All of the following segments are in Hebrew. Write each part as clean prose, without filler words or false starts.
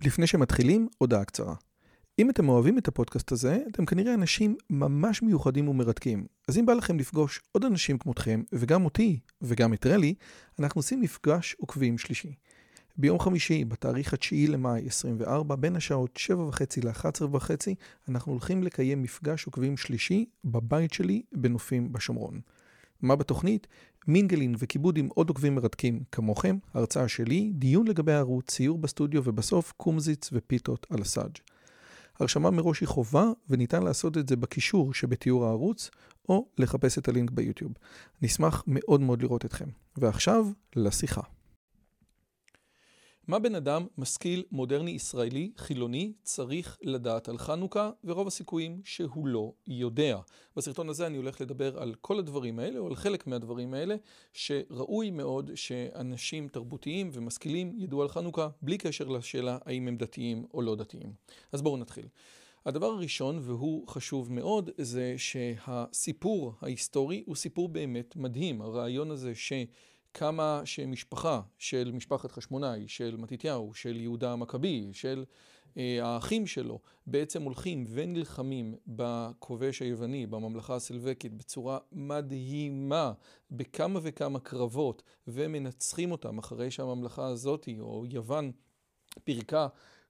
לפני שמתחילים, הודעה קצרה. אם אתם אוהבים את הפודקאסט הזה, אתם כנראה אנשים ממש מיוחדים ומרתקים. אז אם בא לכם לפגוש עוד אנשים כמותכם, וגם אותי, וגם את רלי, אנחנו עושים מפגש עוקבים שלישי. ביום חמישי, בתאריך 9 למאי 24, בין השעות 7:30 ל-11:30, אנחנו הולכים לקיים מפגש עוקבים שלישי בבית שלי בנופים בשומרון. מה בתוכנית? מינגלין וכיבוד עם עוד עוקבים מרתקים כמוכם, הרצאה שלי, דיון לגבי הערוץ, ציור בסטודיו ובסוף קומזיץ ופיתות על הסאג'. הרשמה מראש היא חובה וניתן לעשות את זה בקישור שבתיאור הערוץ או לחפש את הלינק ביוטיוב. נשמח מאוד מאוד לראות אתכם. ועכשיו לשיחה. מה בן אדם משכיל, מודרני, ישראלי, חילוני, צריך לדעת על חנוכה, ורוב הסיכויים שהוא לא יודע. בסרטון הזה אני הולך לדבר על כל הדברים האלה, או על חלק מהדברים האלה, שראוי מאוד שאנשים תרבותיים ומשכילים ידעו על חנוכה, בלי קשר לשאלה האם הם דתיים או לא דתיים. אז בואו נתחיל. הדבר הראשון, והוא חשוב מאוד, זה שהסיפור ההיסטורי הוא סיפור באמת מדהים. הרעיון הזה כמה שמשפחה של משפחת חשמונאי, של מתתיהו, של יהודה המכבי, של האחים שלו, בעצם הולכים ונלחמים בכובש היווני, בממלכה הסלבקית, בצורה מדהימה, בכמה וכמה קרבות, ומנצחים אותם אחרי שהממלכה הזאת, או יוון, פירקה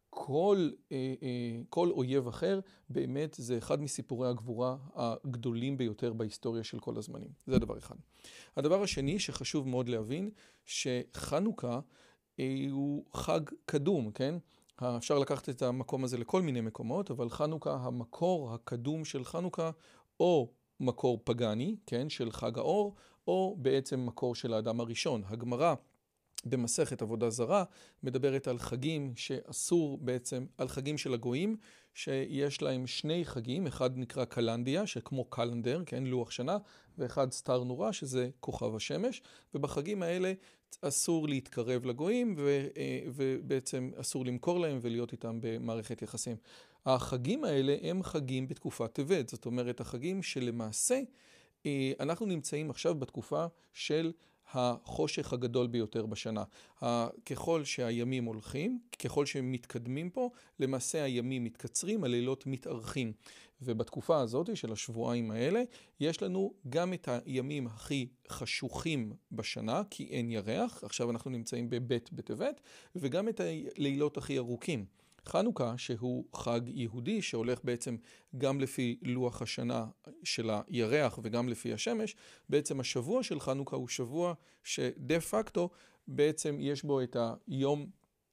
כל אויב אחר. באמת זה אחד מסיפורי הגבורה הגדולים ביותר בהיסטוריה של כל הזמנים. זה הדבר אחד. הדבר השני שחשוב מאוד להבין, שחנוכה הוא חג קדום, כן? אפשר לקחת את המקום הזה לכל מיני מקומות, אבל חנוכה, המקור הקדום של חנוכה, או מקור פגני, כן? של חג האור, או בעצם מקור של האדם הראשון. הגמרא במסכת עבודה זרה מדברת על חגים שאסור בעצם, על חגים של הגויים, שיש להם שני חגים, אחד נקרא קלנדיה, שכמו קלנדר, כן, לוח שנה, ואחד סטאר נורה, שזה כוכב השמש, ובחגים האלה אסור להתקרב לגויים, ובעצם אסור למכור להם ולהיות איתם במערכת יחסים. החגים האלה הם חגים בתקופת טבת, זאת אומרת, החגים שלמעשה אנחנו נמצאים עכשיו בתקופה של החושך הגדול ביותר בשנה. ככל שהימים הולכים, ככל שהם מתקדמים פה, למעשה הימים מתקצרים, הלילות מתארכים. ובתקופה הזאת של השבועיים האלה, יש לנו גם את הימים הכי חשוכים בשנה, כי אין ירח, עכשיו אנחנו נמצאים בבית בטבת, וגם את הלילות הכי ארוכים. חנוכה, שהוא חג יהודי, שהולך בעצם גם לפי לוח השנה של הירח וגם לפי השמש, בעצם השבוע של חנוכה הוא שבוע שדה פקטו בעצם יש בו את היום,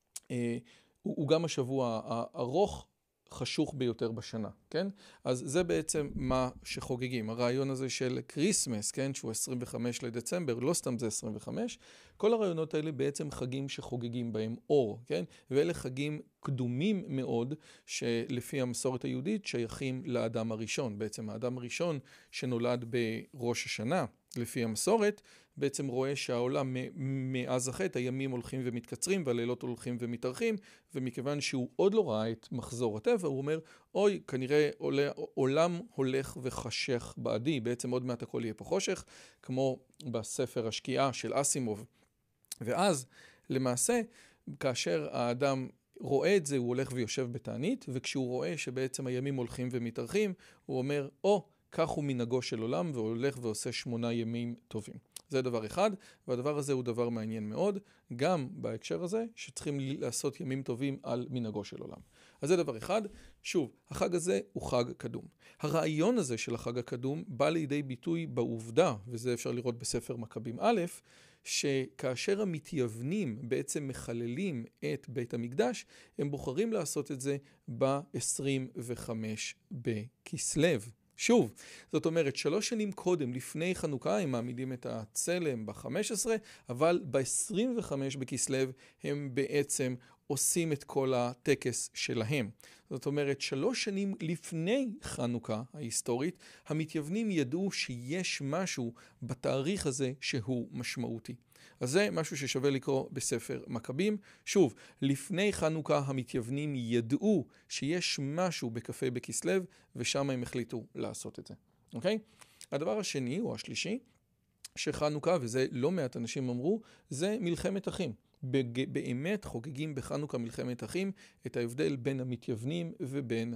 הוא גם השבוע הארוך, חשוך ביותר בשנה, כן? אז זה בעצם מה שחוגגים. הרעיון הזה של קריסמס, כן? שהוא 25 לדצמבר, לא סתם זה 25. כל הרעיונות האלה בעצם חגים שחוגגים בהם אור, כן? ואלה חגים קדומים מאוד, שלפי המסורת היהודית שייכים לאדם הראשון. בעצם האדם הראשון שנולד בראש השנה, לפי המסורת, בעצם רואה שהעולם מאז החטא, הימים הולכים ומתקצרים והלילות הולכים ומתארכים, ומכיוון שהוא עוד לא ראה את מחזור הטבע, הוא אומר, אוי, כנראה עולם הולך וחשך בעדי, בעצם עוד מעט הכל יהיה פה חושך, כמו בספר השקיעה של אסימוב. ואז, למעשה, כאשר האדם רואה את זה, הוא הולך ויושב בתענית, וכשהוא רואה שבעצם הימים הולכים ומתארכים, הוא אומר, כך הוא מנהגו של עולם, והולך ועושה 8 ימים טובים. זה דבר אחד, והדבר הזה הוא דבר מעניין מאוד, גם בהקשר הזה, שצריכים לעשות ימים טובים על מנהגו של עולם. אז זה דבר אחד. שוב, החג הזה הוא חג קדום. הרעיון הזה של החג הקדום בא לידי ביטוי בעובדה, וזה אפשר לראות בספר מכבים א', שכאשר המתייוונים בעצם מחללים את בית המקדש, הם בוחרים לעשות את זה ב-25 בכסלו. שוב, זאת אומרת, 3 שנים קודם, לפני חנוכה, הם מעמידים את הצלם ב-15, אבל ב-25 בכסלו הם בעצם עושים את כל הטקס שלהם. זאת אומרת, 3 שנים לפני חנוכה ההיסטורית, המתייוונים ידעו שיש משהו בתאריך הזה שהוא משמעותי. אז זה משהו ששווה לקרוא בספר מכבים. שוב, לפני חנוכה המתייוונים ידעו שיש משהו בקפה בכסלו, ושם הם החליטו לעשות את זה. אוקיי? הדבר השני או השלישי, שחנוכה, וזה לא מעט אנשים אמרו, זה מלחמת אחים. באמת חוגגים בחנוכה מלחמת אחים את ההבדל בין המתייוונים ובין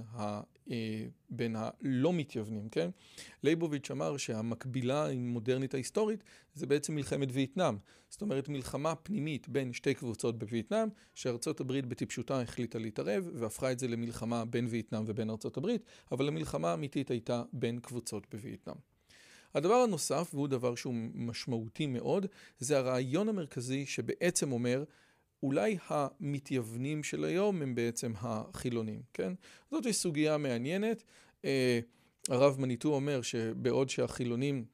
הלא מתייוונים, כן? ליבוביץ' אמר שהמקבילה עם מודרנית ההיסטורית זה בעצם מלחמת וייטנאם. זאת אומרת מלחמה פנימית בין שתי קבוצות בווייטנאם, שארצות הברית בטיפשותה החליטה להתערב והפכה את זה למלחמה בין וייטנאם ובין ארצות הברית, אבל המלחמה האמיתית הייתה בין קבוצות בווייטנאם. הדבר הנוסף, והוא דבר שהוא משמעותי מאוד, זה הרעיון המרכזי שבעצם אומר, אולי המתייוונים של היום הם בעצם החילונים, כן? זאת סוגיה מעניינת. הרב מניטו אומר שבעוד שהחילונים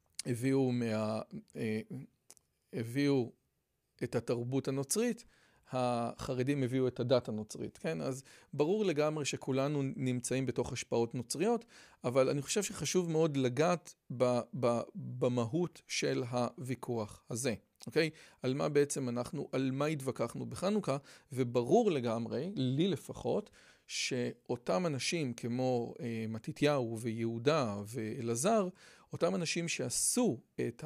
הביאו את התרבות הנוצרית, החרדים הביאו את הדת הנוצרית, כן? אז ברור לגמרי שכולנו נמצאים בתוך השפעות נוצריות, אבל אני חושב שחשוב מאוד לגעת במהות של הוויכוח הזה, אוקיי? על מה בעצם על מה התווכחנו בחנוכה, וברור לגמרי, לי לפחות, שאותם אנשים כמו מתתיהו ויהודה ואלעזר, אותם אנשים שעשו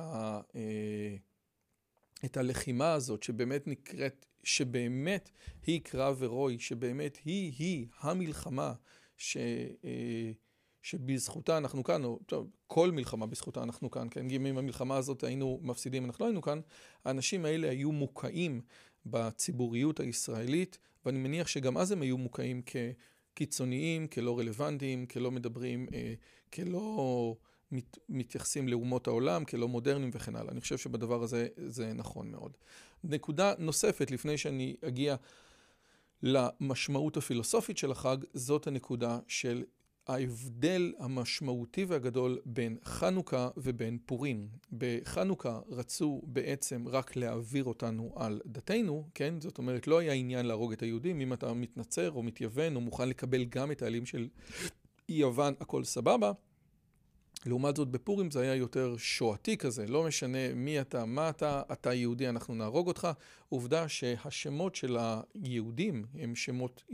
את הלחימה הזאת שבאמת נקראת, שבאמת היא קרב ורוי, שבאמת היא המלחמה שבזכותה אנחנו כאן, או טוב, כל מלחמה בזכותה אנחנו כאן, כן? אם המלחמה הזאת היינו מפסידים, אנחנו לא היינו כאן, האנשים האלה היו מוקעים בציבוריות הישראלית, ואני מניח שגם אז הם היו מוקעים כקיצוניים, כלא רלוונטיים, כלא מדברים, כלא מתייחסים לאומות העולם, כלא מודרניים וכן הלאה. אני חושב שבדבר הזה זה נכון מאוד. נקודה נוספת, לפני שאני אגיע למשמעות הפילוסופית של החג, זאת הנקודה של ההבדל המשמעותי והגדול בין חנוכה ובין פורים. בחנוכה רצו בעצם רק להעביר אותנו על דתנו, כן? זאת אומרת, לא היה עניין להרוג את היהודים. אם אתה מתנצר או מתייוון או מוכן לקבל גם את העלים של יוון, הכל סבבה. לעומת זאת בפורים זה היה יותר שואתי כזה, לא משנה מי אתה, מה אתה יהודי, אנחנו נהרוג אותך. עובדה שהשמות של היהודים הם שמות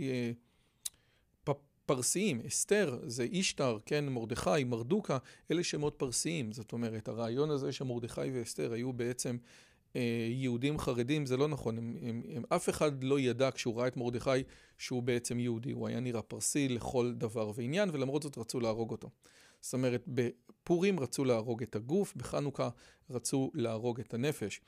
פרסיים, אסתר זה אישתר, כן, מרדכי, מרדוקה, אלה שמות פרסיים. זאת אומרת, הרעיון הזה שמרדכי ואסתר היו בעצם יהודים חרדים, זה לא נכון. אף אחד לא ידע כשהוא ראה את מרדכי שהוא בעצם יהודי, הוא היה נראה פרסי לכל דבר ועניין, ולמרות זאת רצו להרוג אותו. זאת אומרת, בפורים רצו להרוג את הגוף, בחנוכה רצו להרוג את הנפש.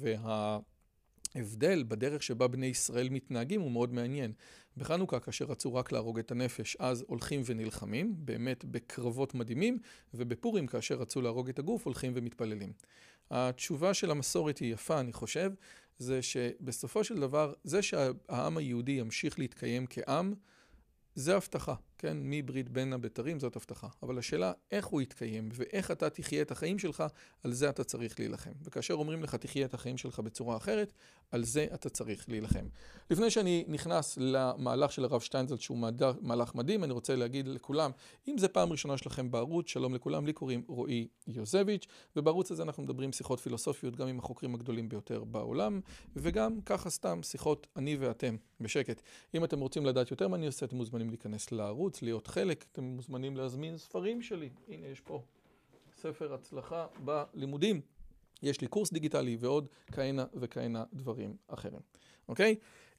וההבדל בדרך שבה בני ישראל מתנהגים הוא מאוד מעניין. בחנוכה, כאשר רצו רק להרוג את הנפש, אז הולכים ונלחמים, באמת בקרבות מדהימים, ובפורים, כאשר רצו להרוג את הגוף, הולכים ומתפללים. התשובה של המסורת היא יפה, אני חושב, זה שבסופו של דבר, זה שהעם היהודי ימשיך להתקיים כעם, זה הבטחה, כן? מברית בין הבתרים זאת הבטחה. אבל השאלה איך הוא יתקיים ואיך אתה תחיה את החיים שלך, על זה אתה צריך להילחם. וכאשר אומרים לך תחיה את החיים שלך בצורה אחרת, על זה אתה צריך להילחם. לפני שאני נכנס למהלך של הרב שטיינזלץ, שהוא מהלך מדהים, אני רוצה להגיד לכולם, אם זה פעם ראשונה שלכם בערוץ, שלום לכולם, לי קוראים רועי יוזביץ', ובערוץ הזה אנחנו מדברים שיחות פילוסופיות גם עם החוקרים הגדולים ביותר בעולם, וגם ככה סתם שיחות אני ואתם בשקט. אם אתם רוצים לדעת יותר מה אני עושה, אתם מוזמנים להיכנס לערוץ, להיות חלק, אתם מוזמנים להזמין ספרים שלי. הנה יש פה ספר הצלחה בלימודים. יש לי קורס דיגיטלי ועוד כהנה וכהנה דברים אחרים. אוקיי?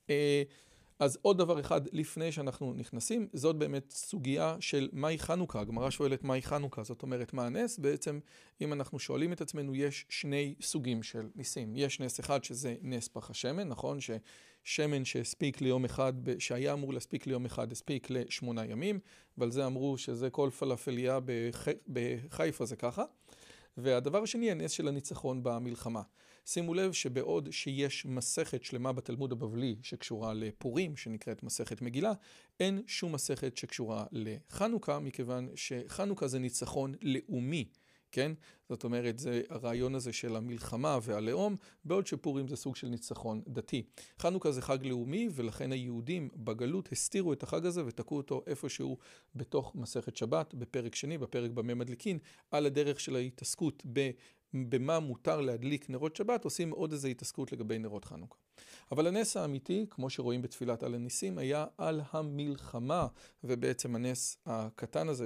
אז עוד דבר אחד לפני שאנחנו נכנסים, זאת באמת סוגיה של מהי חנוכה. הגמרא שואלת מהי חנוכה, זאת אומרת מה הנס. בעצם אם אנחנו שואלים את עצמנו, יש שני סוגים של ניסים. יש נס אחד שזה נס פח השמן, נכון? ששמן שהספיק ליום אחד, שהיה אמור להספיק ליום אחד, הספיק ל8 ימים, ועל זה אמרו שזה כל פלאפליה בחיפה זה ככה. והדבר השני, הנס של הניצחון במלחמה. שימו לב שבעוד שיש מסכת שלמה בתלמוד הבבלי שקשורה לפורים, שנקראת מסכת מגילה, אין שום מסכת שקשורה לחנוכה, מכיוון שחנוכה זה ניצחון לאומי, כן? זאת אומרת, זה הרעיון הזה של המלחמה והלאום, בעוד שפורים זה סוג של ניצחון דתי. חנוכה זה חג לאומי, ולכן היהודים בגלות הסתירו את החג הזה ותקעו אותו איפשהו בתוך מסכת שבת, בפרק שני, בפרק במה מדליקין, על הדרך של ההתעסקות במה מותר להדליק נרות שבת, עושים עוד איזו התעסקות לגבי נרות חנוכה. אבל הנס האמיתי, כמו שרואים בתפילת על הניסים, היה על המלחמה, ובעצם הנס הקטן הזה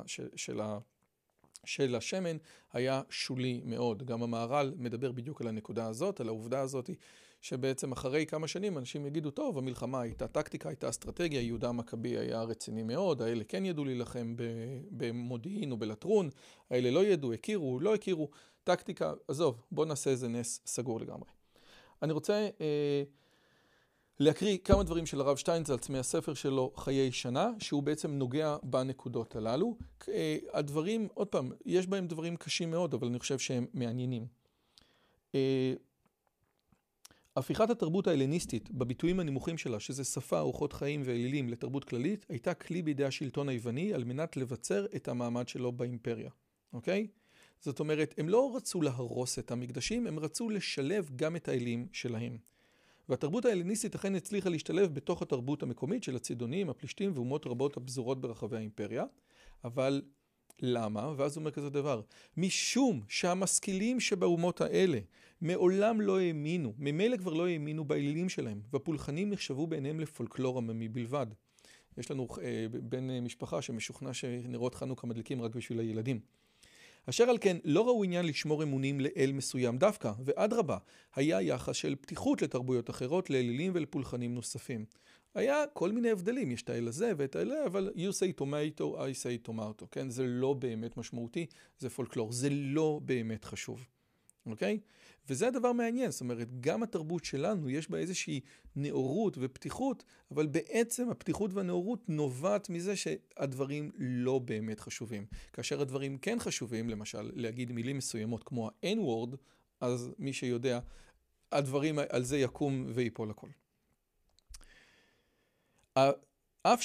של השמן היה שולי מאוד. גם המהר"ל מדבר בדיוק על הנקודה הזאת, על העובדה הזאת שבעצם אחרי כמה שנים אנשים יגידו, טוב, המלחמה הייתה טקטיקה, הייתה אסטרטגיה, יהודה המכבי היה רציני מאוד, האלה כן ידעו להילחם במודיעין או בלטרון, האלה לא ידעו, הכירו, לא הכירו, טקטיקה, עזוב, בוא נעשה איזה נס סגור לגמרי. אני רוצה להקריא כמה דברים של הרב שטיינזלץ מהספר שלו חיי שנה, שהוא בעצם נוגע בנקודות הללו. הדברים, עוד פעם, יש בהם דברים קשים מאוד, אבל אני חושב שהם מעניינים. הפיכת התרבות ההלניסטית בביטויים הנמוכים שלה, שזה שפה, אורחות חיים ואלילים לתרבות כללית, הייתה כלי בידי השלטון היווני על מנת לבצר את המעמד שלו באימפריה. אוקיי? זאת אומרת, הם לא רצו להרוס את המקדשים, הם רצו לשלב גם את האלים שלהם. והתרבות ההלניסטית אכן הצליחה להשתלב בתוך התרבות המקומית של הצידונים, הפלישתים ואומות רבות הפזורות ברחבי האימפריה. אבל למה? ואז הוא אומר כזה דבר. משום שהמשכילים שבאומות האלה מעולם לא האמינו, ממילא כבר לא האמינו באלילים שלהם, והפולחנים נחשבו בעיניהם לפולקלור עממי בלבד. יש לנו בן משפחה שמשוכנע שנרות חנוכה מדליקים רק בשביל הילדים. אשר על כן, לא ראו עניין לשמור אמונים לאל מסוים דווקא, ואדרבה, היה יחס של פתיחות לתרבויות אחרות, לאלילים ולפולחנים נוספים. היה כל מיני הבדלים, יש את האל הזה ואת האל, אבל you say tomato, I say tomato, כן? זה לא באמת משמעותי, זה פולקלור, זה לא באמת חשוב. אוקיי? וזה הדבר מעניין, זאת אומרת, גם התרבות שלנו יש בה איזושהי נאורות ופתיחות, אבל בעצם הפתיחות והנאורות נובעת מזה שהדברים לא באמת חשובים. כאשר הדברים כן חשובים, למשל, להגיד מילים מסוימות כמו ה-N-word, אז מי שיודע, הדברים על זה יקום ויפול הכל. אף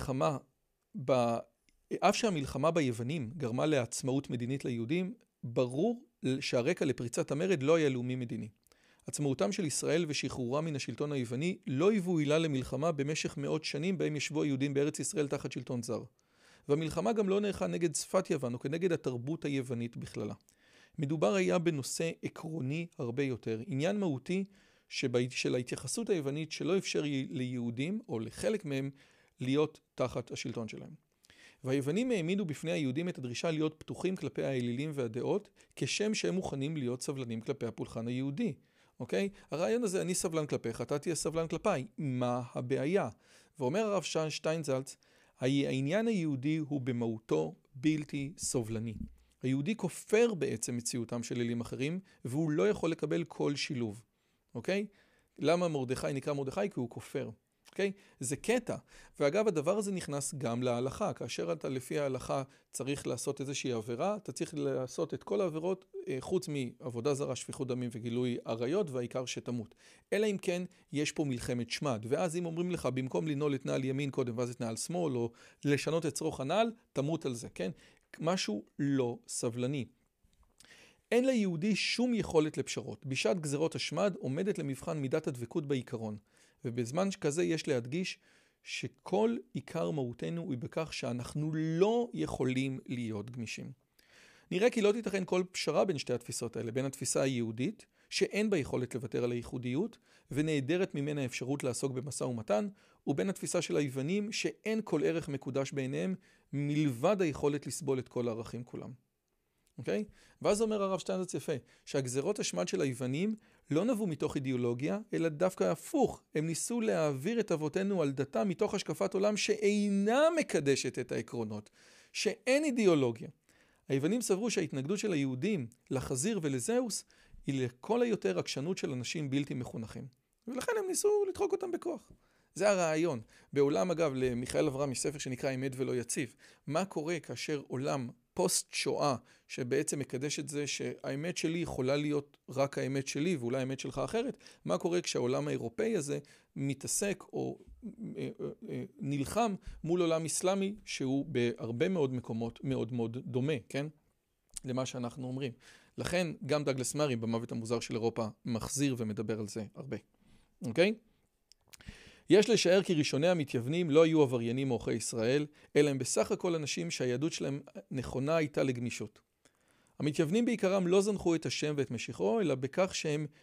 שהמלחמה ביוונים גרמה לעצמאות מדינית ליהודים, ברור שהרקע לפריצת המרד לא היה לאומי מדיני. עצמאותם של ישראל ושחרורם מן השלטון היווני לא היוו עילה למלחמה במשך מאות שנים בהם ישבו היהודים בארץ ישראל תחת שלטון זר. והמלחמה גם לא נערכה נגד שפת יוון או כנגד התרבות היוונית בכללה. מדובר היה בנושא עקרוני הרבה יותר, עניין מהותי של ההתייחסות היוונית שלא אפשר ליהודים או לחלק מהם להיות תחת השלטון שלהם. והיוונים העמידו בפני היהודים את הדרישה להיות פתוחים כלפי האלילים והדעות, כשם שהם מוכנים להיות סבלנים כלפי הפולחן היהודי. אוקיי? הרעיון הזה, אני סבלן כלפיך, אתה תהיה סבלן כלפיי. מה הבעיה? ואומר הרב שטיינזלץ, העניין היהודי הוא במהותו בלתי סובלני. היהודי כופר בעצם מציאותם של אלים אחרים, והוא לא יכול לקבל כל שילוב. אוקיי? למה מרדכי נקרא מרדכי? כי הוא כופר. אוקיי? זה קטע. ואגב, הדבר הזה נכנס גם להלכה. כאשר אתה לפי ההלכה צריך לעשות איזושהי עבירה, אתה צריך לעשות את כל העבירות, חוץ מעבודה זרה, שפיכות דמים וגילוי עריות, והעיקר שתמות. אלא אם כן, יש פה מלחמת שמד. ואז אם אומרים לך, במקום לנעול את נעל ימין קודם, ואז את נעל שמאל, או לשנות את צרוך הנעל, תמות על זה, כן? משהו לא סבלני. אין ליהודי שום יכולת לפשרות. בשעת גזרות השמד עומדת למבחן מידת הדבקות בעיקרון. ובזמן כזה יש להדגיש שכל עיקר מהותנו הוא בכך שאנחנו לא יכולים להיות גמישים. נראה כי לא תיתכן כל פשרה בין שתי התפיסות האלה, בין התפיסה היהודית, שאין בה יכולת לוותר על הייחודיות, ונעדרת ממנה אפשרות לעסוק במשא ומתן, ובין התפיסה של היוונים, שאין כל ערך מקודש בעיניהם, מלבד היכולת לסבול את כל הערכים כולם. אוקיי? ואז אומר הרב שטיינזלץ יפה, שהגזרות השמד של היוונים לא נבעו מתוך אידיאולוגיה, אלא דווקא הפוך. הם ניסו להעביר את אבותינו על דתם מתוך השקפת עולם שאינה מקדשת את העקרונות, שאין אידיאולוגיה. היוונים סברו שההתנגדות של היהודים לחזיר ולזהוס היא לכל היותר עקשנות של אנשים בלתי מחונכים. ולכן הם ניסו לדחוק אותם בכוח. זה הרעיון. בעולם אגב, למיכאל אברהם יש ספר שנקרא אמת ולא יציב. מה קורה כאשר עולם פוסט שואה שבעצם מקדש את זה שהאמת שלי יכולה להיות רק האמת שלי ואולי האמת שלך אחרת? מה קורה כשהעולם האירופאי הזה מתעסק או נלחם מול עולם אסלאמי שהוא בהרבה מאוד מקומות מאוד מאוד דומה, כן? למה שאנחנו אומרים. לכן גם דאגלס מארי במוות המוזר של אירופה מחזיר ומדבר על זה הרבה. אוקיי? יש לשער כי ראשוני המתייוונים לא היו עבריינים מאוחי ישראל, אלא הם בסך הכל אנשים שהיהדות שלהם נכונה הייתה לגמישות. המתייוונים בעיקרם לא זנחו את השם ואת משיחו, אלא בכך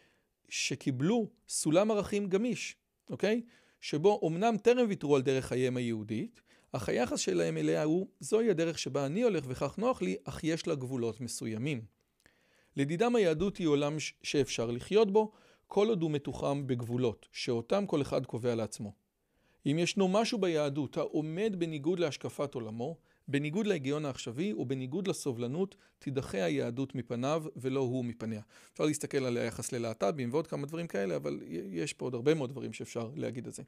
שקיבלו סולם ערכים גמיש, אוקיי? שבו אמנם טרם ויתרו על דרך חייהם היהודית, אך היחס שלהם אליה הוא, זוהי הדרך שבה אני הולך וכך נוח לי, אך יש לה גבולות מסוימים. לדידם היהדות היא עולם שאפשר לחיות בו, כל עוד הוא מתוחם בגבולות, שאותם כל אחד קובע לעצמו. אם ישנו משהו ביהדות העומד בניגוד להשקפת עולמו, בניגוד להגיון העכשווי ובניגוד לסובלנות, תידחה היהדות מפניו ולא הוא מפניה. אפשר להסתכל על היחס ללהט"בים ועוד כמה דברים כאלה, אבל יש פה עוד הרבה מאוד דברים שאפשר להגיד את זה.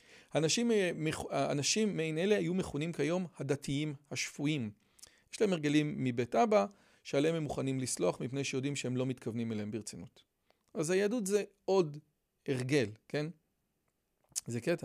אנשים מעין אלה היו מכונים כיום הדתיים השפויים. יש להם הרגלים מבית אבא, שעליהם הם מוכנים לסלוח מפני שיודעים שהם לא מתכוונים אליהם ברצינות. אז היהדות זה עוד הרגל, כן? זה קטע.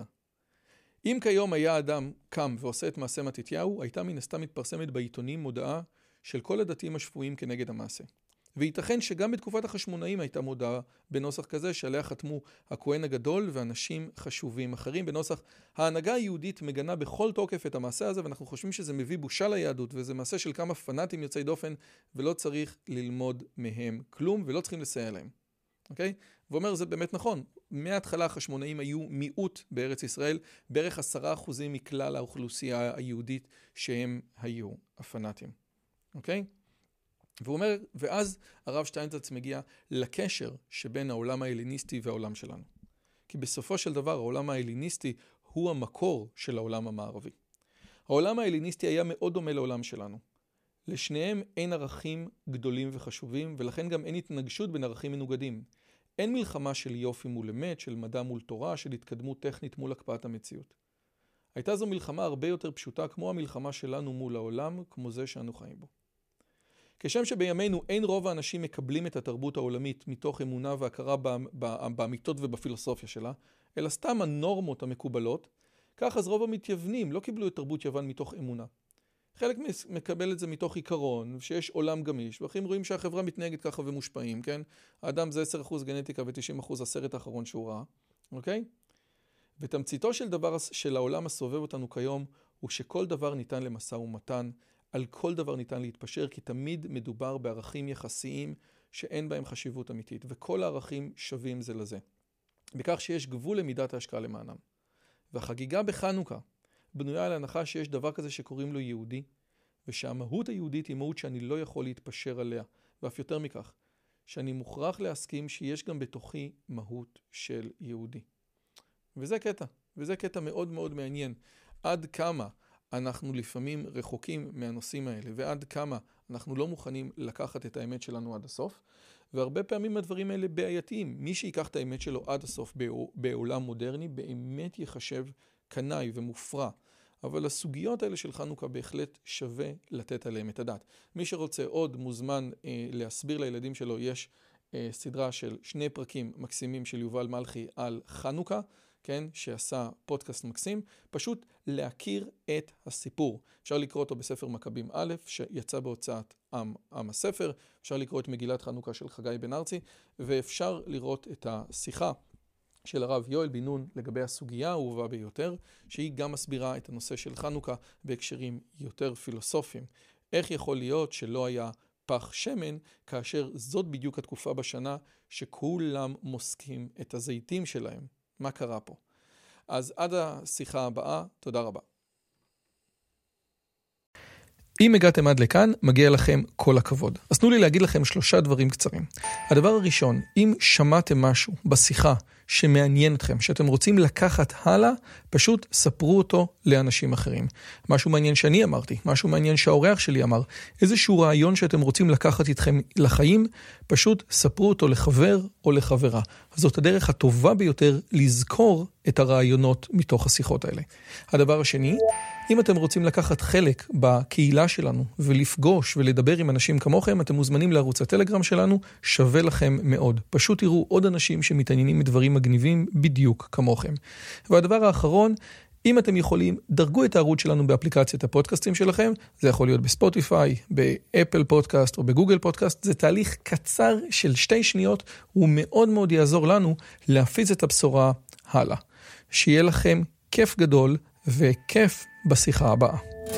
אם כיום היה אדם קם ועושה את מעשה מתתיהו, הייתה מן הסתם מתפרסמת בעיתונים מודעה של כל הדתיים השפויים כנגד המעשה. וייתכן שגם בתקופת החשמונאים הייתה מודעה בנוסח כזה שעליה חתמו הכהן הגדול ואנשים חשובים אחרים. בנוסח, ההנהגה היהודית מגנה בכל תוקף את המעשה הזה, ואנחנו חושבים שזה מביא בושה ליהדות, וזה מעשה של כמה פנאטים יוצאי דופן, ולא צריך ללמוד מהם כלום, ולא צריכים לסייע להם. אוקיי? ואומר, זה באמת נכון. מההתחלה החשמונאים היו מיעוט בארץ ישראל, בערך 10% מכלל האוכלוסייה היהודית שהם היו הפנאטים. אוקיי? והוא אומר, ואז הרב שטיינזלץ מגיע לקשר שבין העולם ההליניסטי והעולם שלנו. כי בסופו של דבר העולם ההליניסטי הוא המקור של העולם המערבי. העולם ההליניסטי היה מאוד דומה לעולם שלנו. לשניהם אין ערכים גדולים וחשובים, ולכן גם אין התנגשות בין ערכים מנוגדים. אין מלחמה של יופי מול אמת, של מדע מול תורה, של התקדמות טכנית מול הקפאת המציאות. הייתה זו מלחמה הרבה יותר פשוטה, כמו המלחמה שלנו מול העולם, כמו זה שאנו חיים בו. כשם שבימינו אין רוב האנשים מקבלים את התרבות העולמית מתוך אמונה והכרה באמיתות ובפילוסופיה שלה, אלא סתם הנורמות המקובלות, כך אז רוב המתייוונים לא קיבלו את תרבות יוון מתוך אמונה. חלק מקבל את זה מתוך עיקרון, שיש עולם גמיש, ואחרים רואים שהחברה מתנהגת ככה ומושפעים, כן? האדם זה 10% גנטיקה ו-90% הסרט האחרון שהוא ראה, אוקיי? ותמציתו של דבר של העולם הסובב אותנו כיום, הוא שכל דבר ניתן למשא ומתן, על כל דבר ניתן להתפשר, כי תמיד מדובר בערכים יחסיים שאין בהם חשיבות אמיתית, וכל הערכים שווים זה לזה. בכך שיש גבול למידת ההשקעה למענם. והחגיגה בחנוכה בנויה על ההנחה שיש דבר כזה שקוראים לו יהודי, ושהמהות היהודית היא מהות שאני לא יכול להתפשר עליה, ואף יותר מכך, שאני מוכרח להסכים שיש גם בתוכי מהות של יהודי. וזה קטע מאוד מאוד מעניין. עד כמה אנחנו לפעמים רחוקים מהנושאים האלה, ועד כמה אנחנו לא מוכנים לקחת את האמת שלנו עד הסוף, והרבה פעמים הדברים האלה בעייתיים. מי שיקח את האמת שלו עד הסוף בעולם מודרני, באמת יחשב קנאי ומופרע. אבל הסוגיות האלה של חנוכה בהחלט שווה לתת עליהם את הדעת. מי שרוצה עוד מוזמן להסביר לילדים שלו, יש סדרה של 2 פרקים מקסימים של יובל מלכי על חנוכה, כן, שעשה פודקאסט מקסים, פשוט להכיר את הסיפור. אפשר לקרוא אותו בספר מכבים א', שיצא בהוצאת עם הספר, אפשר לקרוא את מגילת חנוכה של חגי בן ארצי, ואפשר לראות את השיחה של הרב יואל בן נון לגבי הסוגיה האהובה ביותר, שהיא גם מסבירה את הנושא של חנוכה בהקשרים יותר פילוסופיים. איך יכול להיות שלא היה פח שמן, כאשר זאת בדיוק התקופה בשנה שכולם מוסקים את הזיתים שלהם? מה קרה פה? אז עד השיחה הבאה, תודה רבה. אם הגעתם עד לכאן, מגיע לכם כל הכבוד. אז תנו לי להגיד לכם 3 דברים קצרים. הדבר הראשון, אם שמעתם משהו בשיחה שמעניין אתכם, שאתם רוצים לקחת הלאה, פשוט ספרו אותו לאנשים אחרים. משהו מעניין שאני אמרתי, משהו מעניין שהאורח שלי אמר, איזשהו רעיון שאתם רוצים לקחת איתכם לחיים, פשוט ספרו אותו לחבר או לחברה. אז זאת הדרך הטובה ביותר לזכור את הרעיונות מתוך השיחות האלה. הדבר השני, אם אתם רוצים לקחת חלק בקהילה שלנו ולפגוש ולדבר עם אנשים כמוכם, אתם מוזמנים לערוץ הטלגרם שלנו, שווה לכם מאוד. פשוט תראו עוד אנשים שמתעניינים מדברים מגניבים בדיוק כמוכם. והדבר האחרון, אם אתם יכולים, דרגו את הערוץ שלנו באפליקציית הפודקאסטים שלכם, זה יכול להיות בספוטיפיי, באפל פודקאסט או בגוגל פודקאסט, זה תהליך קצר של 2 שניות, הוא מאוד מאוד יעזור לנו להפיץ את הבשורה הלאה. שיהיה לכם כיף גדול וכיף בשיחה הבאה.